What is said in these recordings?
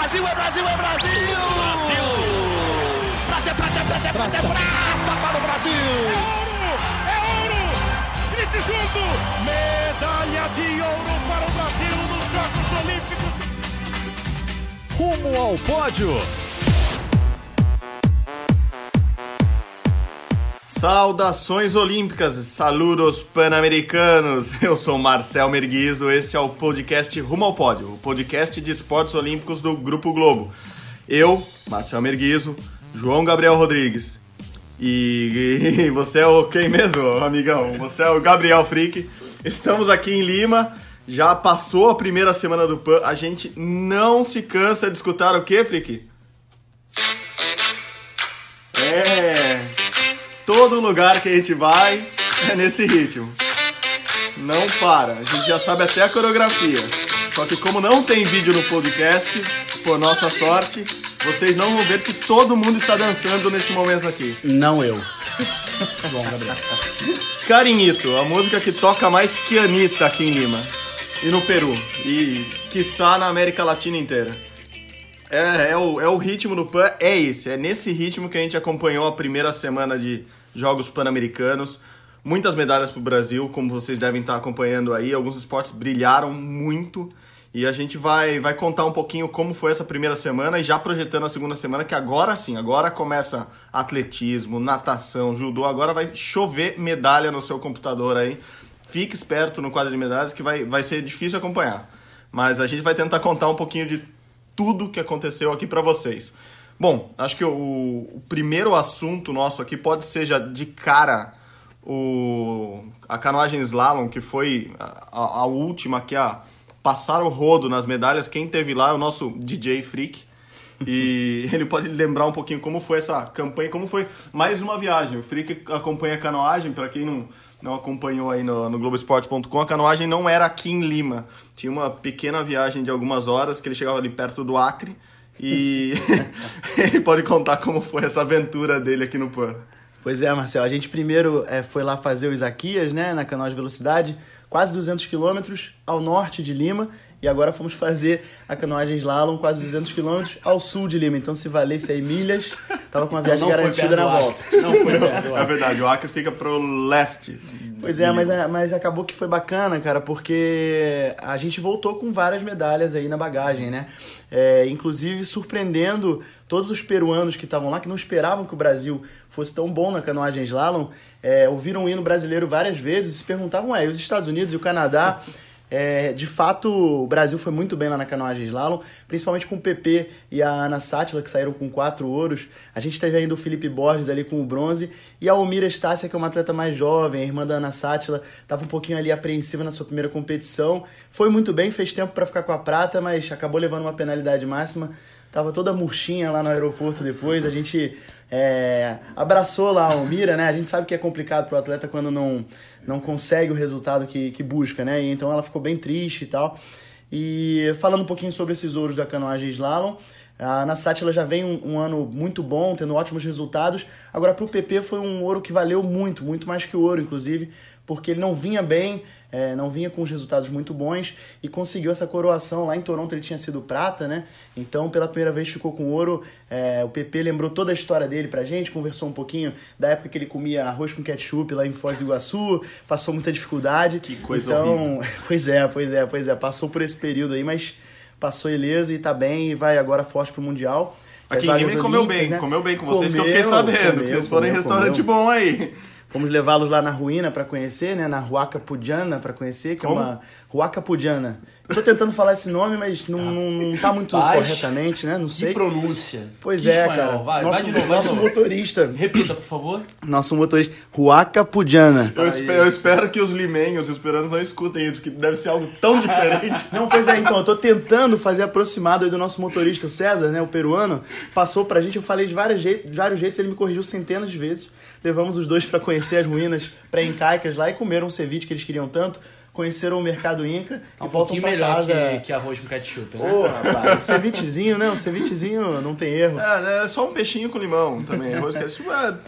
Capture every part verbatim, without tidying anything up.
Brasil, é Brasil, é Brasil! Brasil! Prata, prata, prata, prata, prata para o Brasil! É ouro! É ouro! Grite junto! Medalha de ouro para o Brasil nos Jogos Olímpicos! Rumo ao pódio! Saudações olímpicas, saludos pan-americanos. Eu sou Marcel Merguizo, esse é o podcast Rumo ao Pódio, o podcast de esportes olímpicos do Grupo Globo. Eu, Marcel Merguizo, João Gabriel Rodrigues e, e você é o quem mesmo, amigão? Você é o Gabriel Frick. Estamos aqui em Lima, já passou a primeira semana do Pan, a gente não se cansa de escutar o quê, Frick? É... Todo lugar que a gente vai é nesse ritmo. Não para. A gente já sabe até a coreografia. Só que como não tem vídeo no podcast, por nossa sorte, vocês não vão ver que todo mundo está dançando nesse momento aqui. Não eu. Bom, Gabriel. Carinhito, a música que toca mais que Anitta aqui em Lima. E no Peru. E quiçá na América Latina inteira. É, é, o, é o ritmo do Pan, é esse. É nesse ritmo que a gente acompanhou a primeira semana de Jogos Pan-Americanos. Muitas medalhas para o Brasil, como vocês devem estar acompanhando aí. Alguns esportes brilharam muito. E a gente vai, vai contar um pouquinho como foi essa primeira semana e já projetando a segunda semana, que agora sim, agora começa atletismo, natação, judô. Agora vai chover medalha no seu computador aí. Fique esperto no quadro de medalhas que vai, vai ser difícil acompanhar. Mas a gente vai tentar contar um pouquinho de tudo que aconteceu aqui para vocês. Bom, acho que o, o primeiro assunto nosso aqui pode ser já de cara o, a canoagem slalom, que foi a, a, a última aqui a passar o rodo nas medalhas. Quem teve lá é o nosso D J Frick. E ele pode lembrar um pouquinho como foi essa campanha, como foi mais uma viagem. O Frick acompanha a canoagem, para quem não... não acompanhou aí no, no Globoesporte ponto com, a canoagem não era aqui em Lima. Tinha uma pequena viagem de algumas horas, que ele chegava ali perto do Acre, e ele pode contar como foi essa aventura dele aqui no Pan. Pois é, Marcelo, a gente primeiro é, foi lá fazer o Isaquias, né, na canoa de velocidade, quase duzentos quilômetros ao norte de Lima, e agora fomos fazer a canoagem slalom quase duzentos quilômetros ao sul de Lima. Então, se valesse aí milhas, tava com uma viagem não, não garantida na volta. Não foi perto do Acre. É verdade, o Acre fica pro leste. Pois é, mas, mas acabou que foi bacana, cara, porque a gente voltou com várias medalhas aí na bagagem, né? É, inclusive surpreendendo todos os peruanos que estavam lá, que não esperavam que o Brasil fosse tão bom na canoagem slalom, é, ouviram o hino brasileiro várias vezes e se perguntavam, ué, e os Estados Unidos e o Canadá... É, de fato, o Brasil foi muito bem lá na canoagem slalom, principalmente com o P P e a Ana Sátila, que saíram com quatro ouros. A gente teve ainda o Felipe Borges ali com o bronze, e a Almira Estácia, que é uma atleta mais jovem, a irmã da Ana Sátila, estava um pouquinho ali apreensiva na sua primeira competição. Foi muito bem, fez tempo para ficar com a prata, mas acabou levando uma penalidade máxima. Tava toda murchinha lá no aeroporto depois. A gente é, abraçou lá a Almira, né? A gente sabe que é complicado pro atleta quando não, não consegue o resultado que, que busca, né? E então ela ficou bem triste e tal. E falando um pouquinho sobre esses ouros da canoagem slalom, a Ana Sátila já vem um, um ano muito bom, tendo ótimos resultados. Agora pro P P foi um ouro que valeu muito, muito mais que o ouro, inclusive, porque ele não vinha bem, é, não vinha com os resultados muito bons e conseguiu essa coroação. Lá em Toronto ele tinha sido prata, né? Então pela primeira vez ficou com ouro. É, o P P lembrou toda a história dele pra gente, conversou um pouquinho da época que ele comia arroz com ketchup lá em Foz do Iguaçu, passou muita dificuldade. Que coisa então, horrível. Pois é, pois é, pois é, passou por esse período aí, mas passou ileso e tá bem e vai agora forte pro Mundial. Aqui em Lima comeu bem, né? comeu bem com vocês, comeu, que eu fiquei sabendo, comeu, que vocês foram em restaurante comeu. bom aí. Fomos levá-los lá na Ruína para conhecer, né? Na Huaca Pudiana para conhecer, que Como? é uma Huaca Pudiana. Eu tô tentando falar esse nome, mas não, não, não tá muito Paz, corretamente, né? Não sei. Que pronúncia. Pois que é, espanhol. cara. Vai, nosso vai de novo, vai nosso de novo. motorista. Repita, por favor. Nosso motorista. Huaca Pudiana. Eu espero, eu espero que os limenhos esperando não escutem isso, porque deve ser algo tão diferente. Não, pois é, então, eu tô tentando fazer aproximado aí do nosso motorista, o César, né? O peruano. Passou pra gente, eu falei de vários jeitos, vários jeitos, ele me corrigiu centenas de vezes. Levamos os dois para conhecer as ruínas pré-incaicas lá e comeram um ceviche que eles queriam tanto. Conheceram o mercado Inca é um e voltam pra melhor casa. Que, que arroz com ketchup, né? Ô, rapaz, o cevichezinho, né? O cevichezinho não tem erro. É, é só um peixinho com limão também. Arroz com ketchup, é,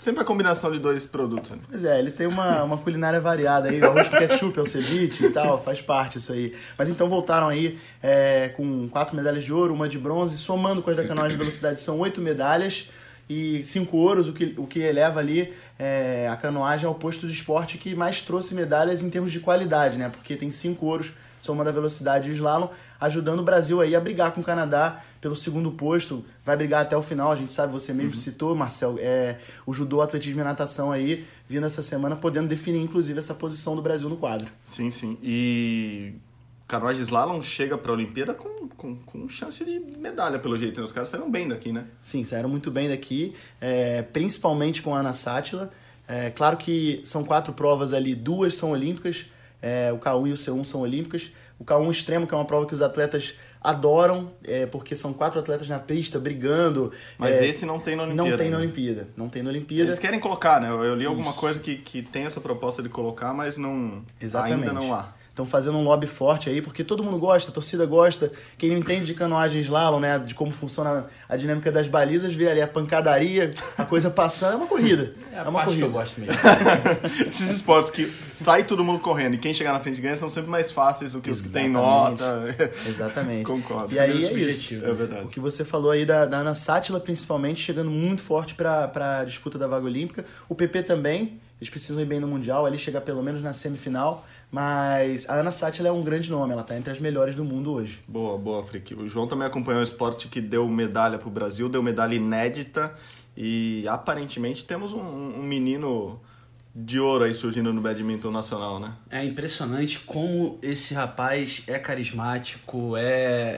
Sempre a combinação de dois produtos. Né? Pois é, ele tem uma, uma culinária variada aí, o arroz com ketchup, é o ceviche e tal, faz parte isso aí. Mas então voltaram aí é, com quatro medalhas de ouro, uma de bronze, somando com as da canoagem de velocidade são oito medalhas e cinco ouros, o que, o que eleva ali é, a canoagem ao posto de esporte que mais trouxe medalhas em termos de qualidade, né? Porque tem cinco ouros, soma da velocidade e slalom, ajudando o Brasil aí a brigar com o Canadá pelo segundo posto, vai brigar até o final, a gente sabe, você mesmo uhum. citou, Marcel, é, o judô, atletismo e natação aí, vindo essa semana, podendo definir, inclusive, essa posição do Brasil no quadro. Sim, sim. E canoagem slalom chega para a Olimpíada com, com, com chance de medalha, pelo jeito, né? Os caras saíram bem daqui, né? Sim, saíram muito bem daqui, é, principalmente com a Ana Sátila. É, claro que são quatro provas ali, duas são olímpicas, é, o K um e o C um são olímpicas. O K um extremo, que é uma prova que os atletas adoram, é, porque são quatro atletas na pista, brigando. Mas é, esse não tem na Olimpíada. Não tem na né? Olimpíada. Não tem na Olimpíada. Eles querem colocar, né? Eu li Isso. alguma coisa que, que tem essa proposta de colocar, mas não, Exatamente. ainda não há. Estão fazendo um lobby forte aí, porque todo mundo gosta, a torcida gosta. Quem não entende de canoagem slalom, né, de como funciona a dinâmica das balizas, vê ali a pancadaria, a coisa passando, é uma corrida. É a é uma parte corrida. que eu gosto mesmo. Esses esportes que sai todo mundo correndo e quem chegar na frente ganha são sempre mais fáceis do que os Exatamente. que têm nota. Exatamente. Concordo. E aí é subjetivo, isso. É verdade. O que você falou aí da, da Ana Sátila, principalmente, chegando muito forte para a disputa da vaga olímpica. O P P também, eles precisam ir bem no Mundial, ali chegar pelo menos na semifinal. Mas a Ana Sátila é um grande nome, ela está entre as melhores do mundo hoje. Boa, boa, Frick. O João também acompanhou um esporte que deu medalha pro Brasil, deu medalha inédita e aparentemente temos um, um menino de ouro aí surgindo no badminton nacional, né? É impressionante como esse rapaz é carismático, é,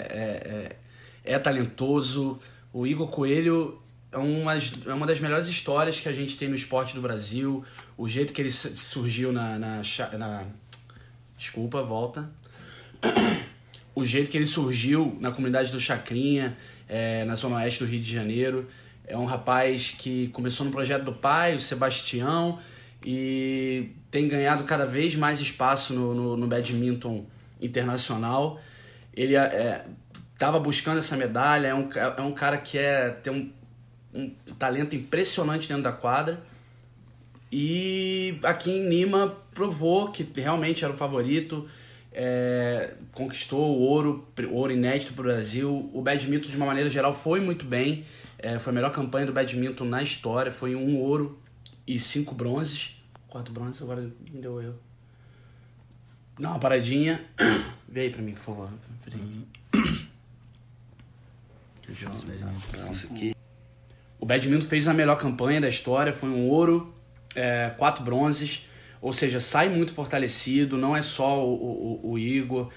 é, é, é talentoso. O Igor Coelho é uma, é uma das melhores histórias que a gente tem no esporte do Brasil. O jeito que ele surgiu na... na, na Desculpa, volta. O jeito que ele surgiu na comunidade do Chacrinha, é, na Zona Oeste do Rio de Janeiro. É um rapaz que começou no projeto do pai, o Sebastião, e tem ganhado cada vez mais espaço no, no, no badminton internacional. Ele estava é, buscando essa medalha, é um, é um cara que é, tem um, um talento impressionante dentro da quadra. E aqui em Lima provou que realmente era o favorito, é, conquistou o ouro, ouro inédito para o Brasil. O badminton, de uma maneira geral, foi muito bem. É, foi a melhor campanha do badminton na história. Foi um ouro e cinco bronzes. Quatro bronzes, agora me deu eu. Dá uma paradinha. Vê aí para mim, por favor. Isso aqui. O badminton fez a melhor campanha da história. Foi um ouro. É, quatro bronzes, ou seja, sai muito fortalecido, não é só o, o, o Igor.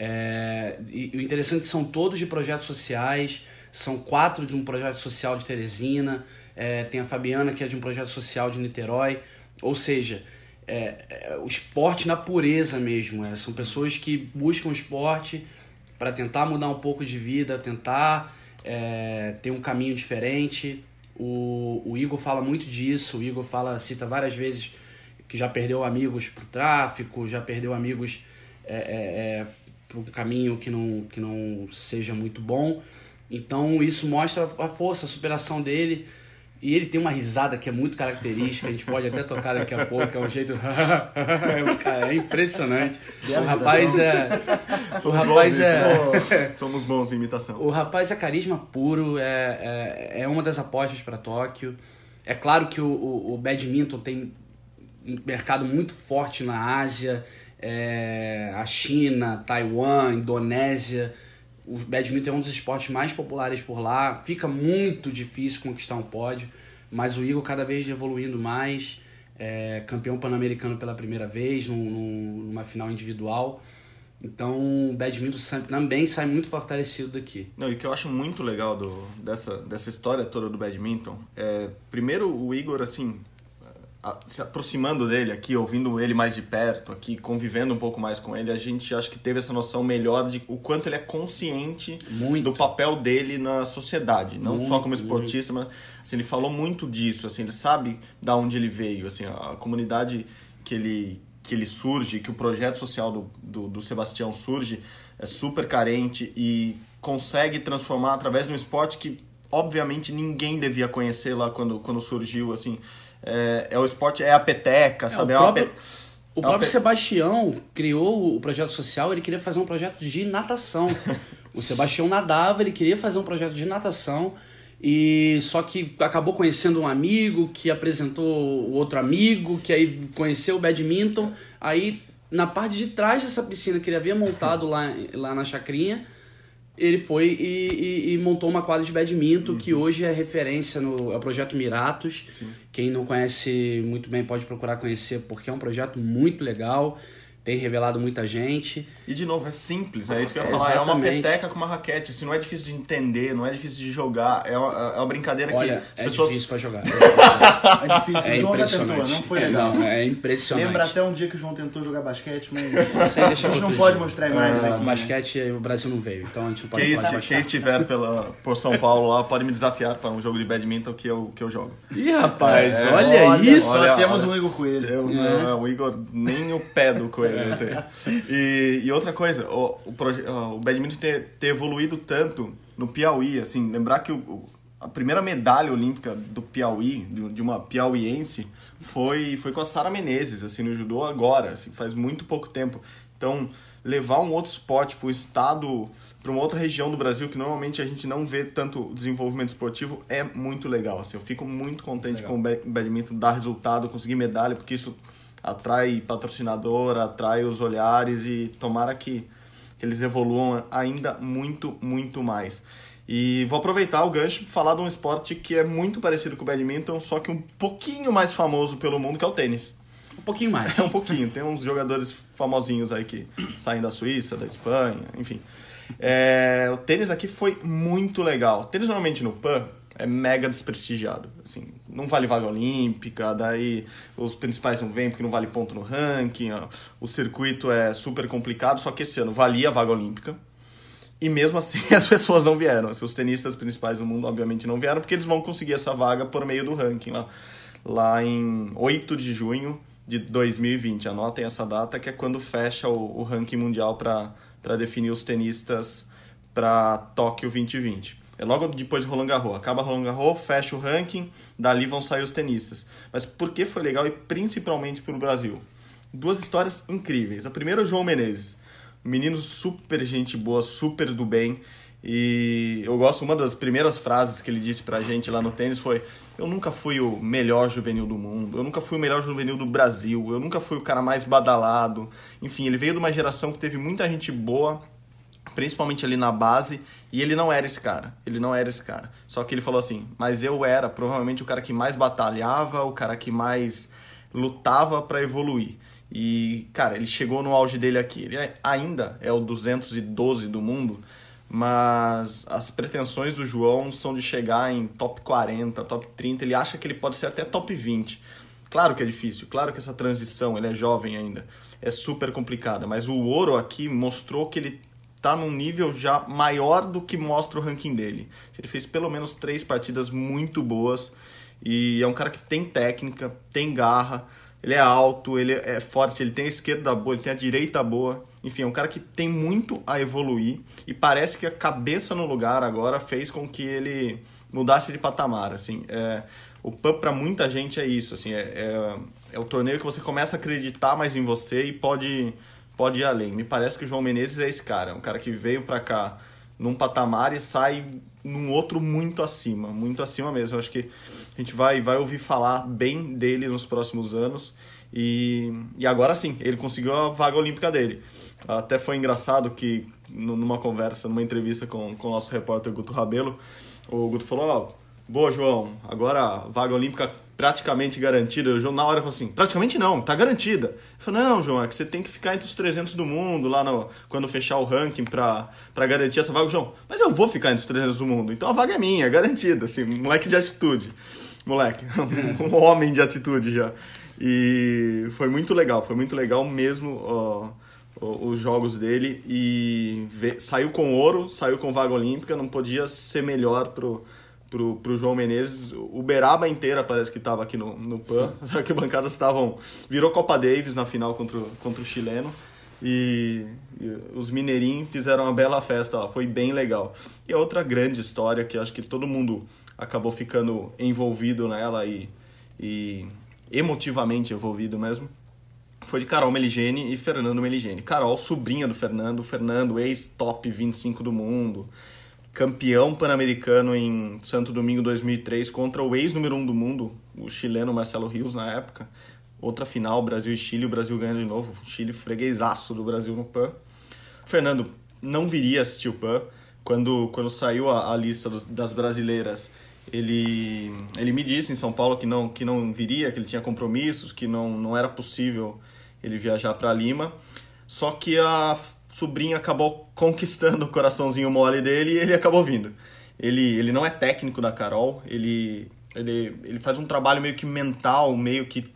É, e, e o interessante é que são todos de projetos sociais, são quatro de um projeto social de Teresina, é, tem a Fabiana, que é de um projeto social de Niterói, ou seja, é, é, o esporte na pureza mesmo, é, são pessoas que buscam o esporte para tentar mudar um pouco de vida, tentar é, ter um caminho diferente. O, o Igor fala muito disso, o Igor fala, cita várias vezes que já perdeu amigos pro tráfico, já perdeu amigos é, é, é, para um caminho que não, que não seja muito bom. Então isso mostra a força, a superação dele. E ele tem uma risada que é muito característica, a gente pode até tocar daqui a pouco, é um jeito... Cara, é impressionante. O rapaz é... O rapaz é... Somos bons em imitação. O rapaz é carisma puro, é, é, é uma das apostas para Tóquio. É claro que o, o, o badminton tem um mercado muito forte na Ásia, é, a China, Taiwan, Indonésia. O badminton é um dos esportes mais populares por lá. Fica muito difícil conquistar um pódio, mas o Igor cada vez evoluindo mais, é, campeão pan-americano pela primeira vez, num, num, numa final individual. Então o badminton também sai muito fortalecido daqui. Não, e o que eu acho muito legal do, dessa, dessa história toda do badminton é, primeiro, o Igor, assim, se aproximando dele aqui, ouvindo ele mais de perto aqui, convivendo um pouco mais com ele, a gente acho que teve essa noção melhor de o quanto ele é consciente muito. do papel dele na sociedade, não muito, só como esportista, muito. mas assim, ele falou muito disso, assim, ele sabe de onde ele veio, assim, a comunidade que ele, que ele surge, que o projeto social do, do, do Sebastião surge, é super carente e consegue transformar através de um esporte que obviamente ninguém devia conhecer lá quando, quando surgiu, assim. é, é o esporte, é a peteca, sabe? o é uma próprio, pe... o é uma próprio pe... Sebastião criou o projeto social, ele queria fazer um projeto de natação. O Sebastião nadava, ele queria fazer um projeto de natação, e só que acabou conhecendo um amigo, que apresentou o outro amigo, que aí conheceu o badminton. Aí, na parte de trás dessa piscina que ele havia montado lá, lá na chacrinha, ele foi e, e, e montou uma quadra de badminton, uhum. que hoje é referência no é o Projeto Miratos. Sim. Quem não conhece muito bem pode procurar conhecer, porque é um projeto muito legal, tem revelado muita gente. E, de novo, é simples, é isso que eu ia falar. Exatamente. É uma peteca com uma raquete, assim, não é difícil de entender, não é difícil de jogar, é uma, é uma brincadeira Olha, que as é pessoas... difícil pra jogar. É difícil, é o João já tentou, não foi legal. É, não, é impressionante. Lembra até um dia que o João tentou jogar basquete, mas Isso aí deixa a gente não dia. pode mostrar imagens é, aqui. Basquete, né? O Brasil não veio, então a gente não pode quem falar esti- Quem estiver pela, por São Paulo lá, pode me desafiar para um jogo de badminton que eu, que eu jogo. Ih, rapaz, é, olha, olha isso! Olha, olha, temos um Igor Coelho. Temos, é. É, o Igor, nem o pé do Coelho é. tem. E, e outra coisa, o, o, proje- o badminton ter, ter evoluído tanto no Piauí, assim, lembrar que o, a primeira medalha olímpica do Piauí, de, de uma piauiense, foi, foi com a Sara Menezes, assim, no judô agora, assim, faz muito pouco tempo. Então, levar um outro esporte para o estado, para uma outra região do Brasil, que normalmente a gente não vê tanto desenvolvimento esportivo, é muito legal, assim, eu fico muito contente legal. com o badminton dar resultado, conseguir medalha, porque isso atrai patrocinador, atrai os olhares e tomara que, que eles evoluam ainda muito, muito mais. E vou aproveitar o gancho para falar de um esporte que é muito parecido com o badminton, só que um pouquinho mais famoso pelo mundo, que é o tênis. Um pouquinho mais. É um pouquinho. Tem uns jogadores famosinhos aí que saem da Suíça, da Espanha, enfim. É, o tênis aqui foi muito legal. O tênis normalmente no P A N é mega desprestigiado, assim, não vale vaga olímpica, daí os principais não vêm porque não vale ponto no ranking, ó, o circuito é super complicado, só que esse ano valia a vaga olímpica, e mesmo assim as pessoas não vieram, assim, os tenistas principais do mundo obviamente não vieram, porque eles vão conseguir essa vaga por meio do ranking, lá, lá em oito de junho de dois mil e vinte, anotem essa data, que é quando fecha o, o ranking mundial para definir os tenistas para Tóquio vinte e vinte. É logo depois de Roland Garros. Acaba Roland Garros, fecha o ranking, dali vão sair os tenistas. Mas por que foi legal e principalmente para o Brasil? Duas histórias incríveis. A primeira é o João Menezes. Um menino super gente boa, super do bem. E eu gosto, uma das primeiras frases que ele disse pra gente lá no tênis foi: eu nunca fui o melhor juvenil do mundo, eu nunca fui o melhor juvenil do Brasil, eu nunca fui o cara mais badalado. Enfim, ele veio de uma geração que teve muita gente boa, principalmente ali na base, e ele não era esse cara, ele não era esse cara. Só que ele falou assim, mas eu era provavelmente o cara que mais batalhava, o cara que mais lutava para evoluir. E, cara, ele chegou no auge dele aqui. Ele ainda é o duzentos e doze do mundo, mas as pretensões do João são de chegar em top quarenta, top trinta, ele acha que ele pode ser até top vinte. Claro que é difícil, claro que essa transição, ele é jovem ainda, é super complicada, mas o ouro aqui mostrou que ele tá num nível já maior do que mostra o ranking dele. Ele fez pelo menos três partidas muito boas e é um cara que tem técnica, tem garra, ele é alto, ele é forte, ele tem a esquerda boa, ele tem a direita boa. Enfim, é um cara que tem muito a evoluir e parece que a cabeça no lugar agora fez com que ele mudasse de patamar. Assim, é, o P A N para muita gente é isso. Assim, é, é, é o torneio que você começa a acreditar mais em você e pode... pode ir além. Me parece que o João Menezes é esse cara, um cara que veio pra cá num patamar e sai num outro muito acima, muito acima mesmo. Acho que a gente vai, vai ouvir falar bem dele nos próximos anos e, e agora sim, ele conseguiu a vaga olímpica dele. Até foi engraçado que numa conversa, numa entrevista com, com o nosso repórter Guto Rabelo, o Guto falou, ó, oh, boa João, agora a vaga olímpica praticamente garantida. O João na hora falou assim, praticamente não, tá garantida. Eu falei, não, João, é que você tem que ficar entre os trezentos do mundo lá no, quando fechar o ranking pra, pra garantir essa vaga. O João, mas eu vou ficar entre os trezentos do mundo, então a vaga é minha, é garantida, assim, moleque de atitude. Moleque, um homem de atitude já. E foi muito legal, foi muito legal mesmo ó, os jogos dele e ve- saiu com ouro, saiu com vaga olímpica, não podia ser melhor pro Pro, pro João Menezes. O Uberaba inteira parece que estava aqui no, no P A N. As arquibancadas estavam... Virou Copa Davis na final contra, o, contra o chileno. E, e os mineirinhos fizeram uma bela festa lá. Foi bem legal. E outra grande história que acho que todo mundo acabou ficando envolvido nela e, e emotivamente envolvido mesmo, foi de Carol Meligeni e Fernando Meligeni. Carol, sobrinha do Fernando, Fernando, ex-top vinte e cinco do mundo, campeão pan-americano em Santo Domingo dois mil e três contra o ex-número um do mundo, o chileno Marcelo Rios na época. Outra final, Brasil e Chile, o Brasil ganha de novo. O Chile freguesaço do Brasil no P A N. O Fernando não viria assistir o P A N. Quando, quando saiu a, a lista dos, das brasileiras, ele, ele me disse em São Paulo que não, que não viria, que ele tinha compromissos, que não, não era possível ele viajar para Lima. Só que a sobrinha acabou conquistando o coraçãozinho mole dele e ele acabou vindo. Ele, ele não é técnico da Carol, ele, ele, ele faz um trabalho meio que mental, meio que...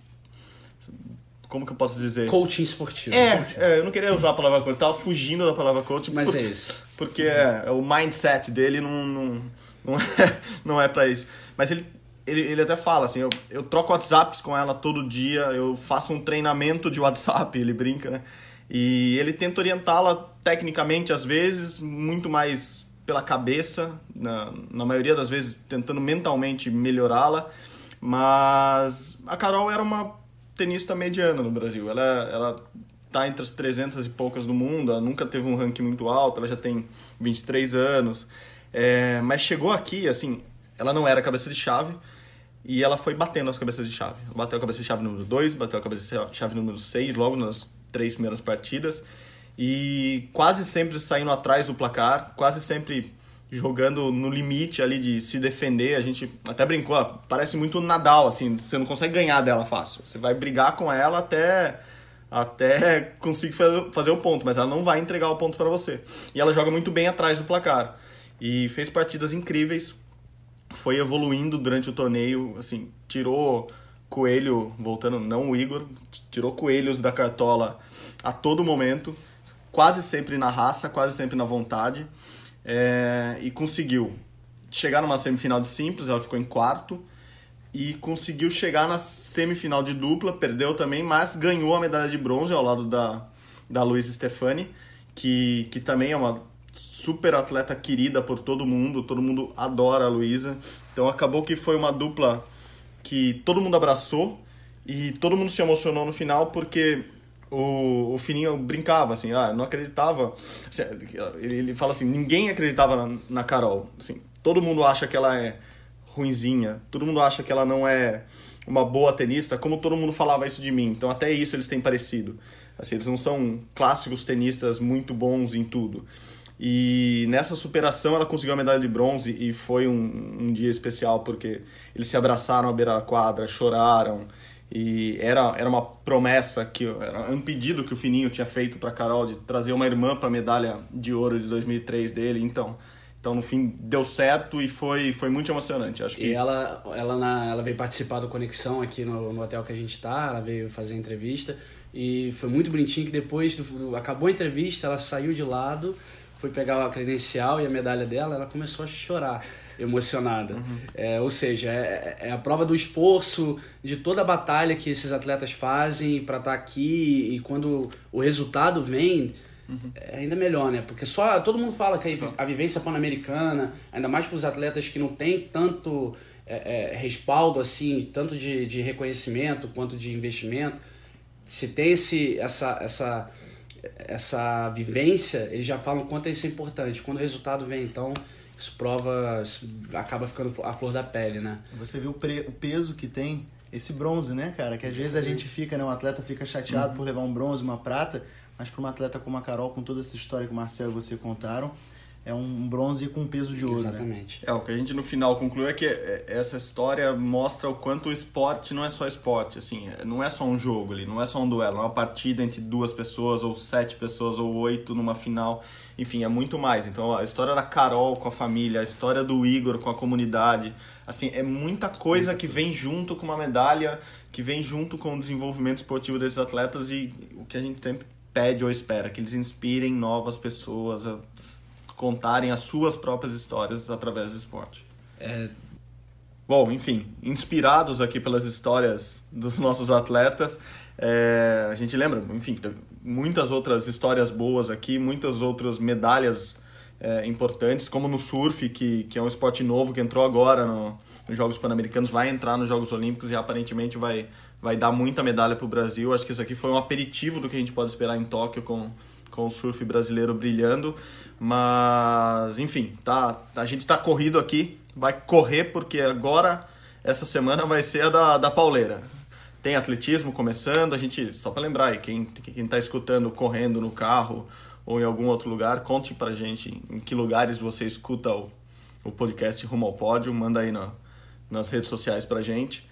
Como que eu posso dizer? Coaching esportivo. É, é, eu não queria usar a palavra coach, eu tava fugindo da palavra coach. Mas porque, é isso. Porque é, o mindset dele não, não, não, é, não é pra isso. Mas ele, ele, ele até fala assim, eu, eu troco WhatsApps com ela todo dia, eu faço um treinamento de WhatsApp, ele brinca, né? E ele tenta orientá-la tecnicamente, às vezes, muito mais pela cabeça, na, na maioria das vezes tentando mentalmente melhorá-la. Mas a Carol era uma tenista mediana no Brasil. Ela, ela tá entre as trezentas e poucas do mundo, ela nunca teve um ranking muito alto, ela já tem vinte e três anos. É, mas chegou aqui, assim, ela não era cabeça de chave e ela foi batendo as cabeças de chave. Bateu a cabeça de chave número dois, bateu a cabeça de chave número seis, logo nas três primeiras partidas. E quase sempre saindo atrás do placar, quase sempre jogando no limite ali de se defender. A gente até brincou, ó, parece muito Nadal, assim, você não consegue ganhar dela fácil. Você vai brigar com ela até, até conseguir fazer o ponto, mas ela não vai entregar o ponto para você. E ela joga muito bem atrás do placar. E fez partidas incríveis, foi evoluindo durante o torneio, assim, tirou coelho, voltando, não o Igor, tirou coelhos da cartola a todo momento, quase sempre na raça, quase sempre na vontade. É, e conseguiu chegar numa semifinal de simples, ela ficou em quarto, e conseguiu chegar na semifinal de dupla, perdeu também, mas ganhou a medalha de bronze ao lado da, da Luisa Stefani, que, que também é uma super atleta querida por todo mundo, todo mundo adora a Luisa. Então acabou que foi uma dupla que todo mundo abraçou e todo mundo se emocionou no final, porque O, o Fininho brincava, assim, ah, não acreditava. Assim, ele, ele fala assim, ninguém acreditava na, na Carol. Assim, todo mundo acha que ela é ruinzinha, todo mundo acha que ela não é uma boa tenista, como todo mundo falava isso de mim. Então até isso eles têm parecido. Assim, eles não são clássicos tenistas muito bons em tudo. E nessa superação ela conseguiu a medalha de bronze e foi um, um dia especial, porque eles se abraçaram à beira da quadra, choraram. E era, era uma promessa, que era um pedido que o Fininho tinha feito para a Carol de trazer uma irmã para a medalha de ouro de dois mil e três dele. Então, então no fim, deu certo e foi, foi muito emocionante. Acho que... E ela, ela, na, ela veio participar do Conexão aqui no, no hotel que a gente tá, ela veio fazer a entrevista. E foi muito bonitinho que depois, do, acabou a entrevista, ela saiu de lado, foi pegar a credencial e a medalha dela, ela começou a chorar. Emocionada. Uhum. É, ou seja, é, é a prova do esforço, de toda a batalha que esses atletas fazem para estar aqui, e quando o resultado vem, uhum. é ainda melhor, né? Porque só todo mundo fala que a vivência pan-americana, ainda mais para os atletas que não tem tanto é, é, respaldo, assim, tanto de, de reconhecimento quanto de investimento, se tem esse, essa, essa, essa vivência, eles já falam o quanto isso é importante. Quando o resultado vem, então... Isso prova, isso acaba ficando a flor da pele, né? Você vê o, pre, o peso que tem esse bronze, né, cara? Que às vezes a gente fica, né? Um atleta fica chateado uhum. por levar um bronze, uma prata, mas para uma atleta como a Carol, com toda essa história que o Marcel e você contaram, é um bronze com peso de ouro, Exatamente. Né? É, o que a gente no final conclui é que essa história mostra o quanto o esporte não é só esporte, assim, não é só um jogo ali, não é só um duelo, não é uma partida entre duas pessoas, ou sete pessoas, ou oito numa final, enfim, é muito mais. Então a história da Carol com a família, a história do Igor com a comunidade, assim, é muita coisa que vem junto com uma medalha, que vem junto com o desenvolvimento esportivo desses atletas, e o que a gente sempre pede ou espera, que eles inspirem novas pessoas a contarem as suas próprias histórias através do esporte. É... Bom, enfim, inspirados aqui pelas histórias dos nossos atletas, é, a gente lembra, enfim, muitas outras histórias boas aqui, muitas outras medalhas é, importantes, como no surf, que, que é um esporte novo que entrou agora no, nos Jogos Pan-Americanos, vai entrar nos Jogos Olímpicos e aparentemente vai, vai dar muita medalha para o Brasil. Acho que isso aqui foi um aperitivo do que a gente pode esperar em Tóquio com, com o surf brasileiro brilhando. Mas, enfim, tá, a gente está corrido aqui, vai correr porque agora, essa semana vai ser a da, da pauleira. Tem atletismo começando, a gente, só para lembrar, quem quem está escutando correndo no carro ou em algum outro lugar, conte pra gente em que lugares você escuta o, o podcast Rumo ao Pódio, manda aí na, nas redes sociais pra gente.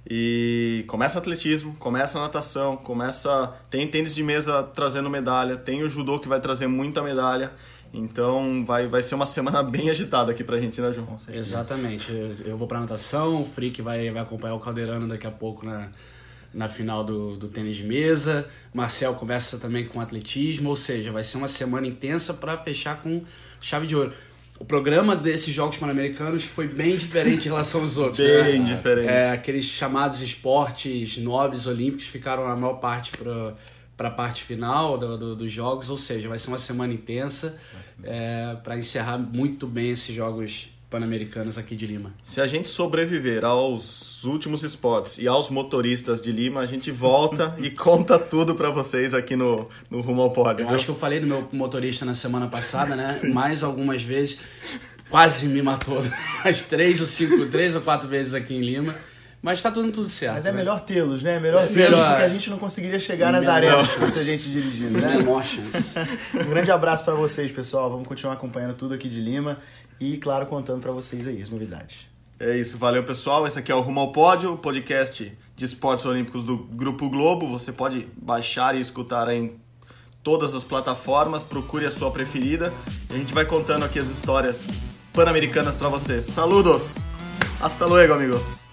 E começa atletismo, começa natação, começa tem tênis de mesa trazendo medalha, tem o judô que vai trazer muita medalha. Então vai, vai ser uma semana bem agitada aqui pra gente, né, João? Exatamente. Eu, eu vou pra natação, o Frick vai, vai acompanhar o Calderano daqui a pouco na, na final do, do tênis de mesa. Marcel começa também com atletismo, ou seja, vai ser uma semana intensa para fechar com chave de ouro. O programa desses Jogos Pan-Americanos foi bem diferente em relação aos outros. Bem né? diferente. É, aqueles chamados esportes nobres olímpicos ficaram a maior parte para para a parte final do, do, dos jogos, ou seja, vai ser uma semana intensa é, para encerrar muito bem esses Jogos Pan-Americanos aqui de Lima. Se a gente sobreviver aos últimos spots e aos motoristas de Lima, a gente volta e conta tudo para vocês aqui no, no Rumo ao Pódio. Eu viu? acho que eu falei do meu motorista na semana passada, né? Mais algumas vezes, quase me matou. As três ou cinco, três ou quatro vezes aqui em Lima. Mas tá tudo, tudo certo. Mas é né? melhor tê-los, né? Melhor É tê-los, melhor. porque a gente não conseguiria chegar nas Melhor. arenas se fosse a gente dirigindo, né? Emotions. Um grande abraço pra vocês, pessoal. Vamos continuar acompanhando tudo aqui de Lima e, claro, contando pra vocês aí as novidades. É isso, valeu pessoal. Esse aqui é o Rumo ao Pódio, o podcast de esportes olímpicos do Grupo Globo. Você pode baixar e escutar aí em todas as plataformas, procure a sua preferida. E a gente vai contando aqui as histórias pan-americanas pra vocês. Saludos! Hasta luego, amigos!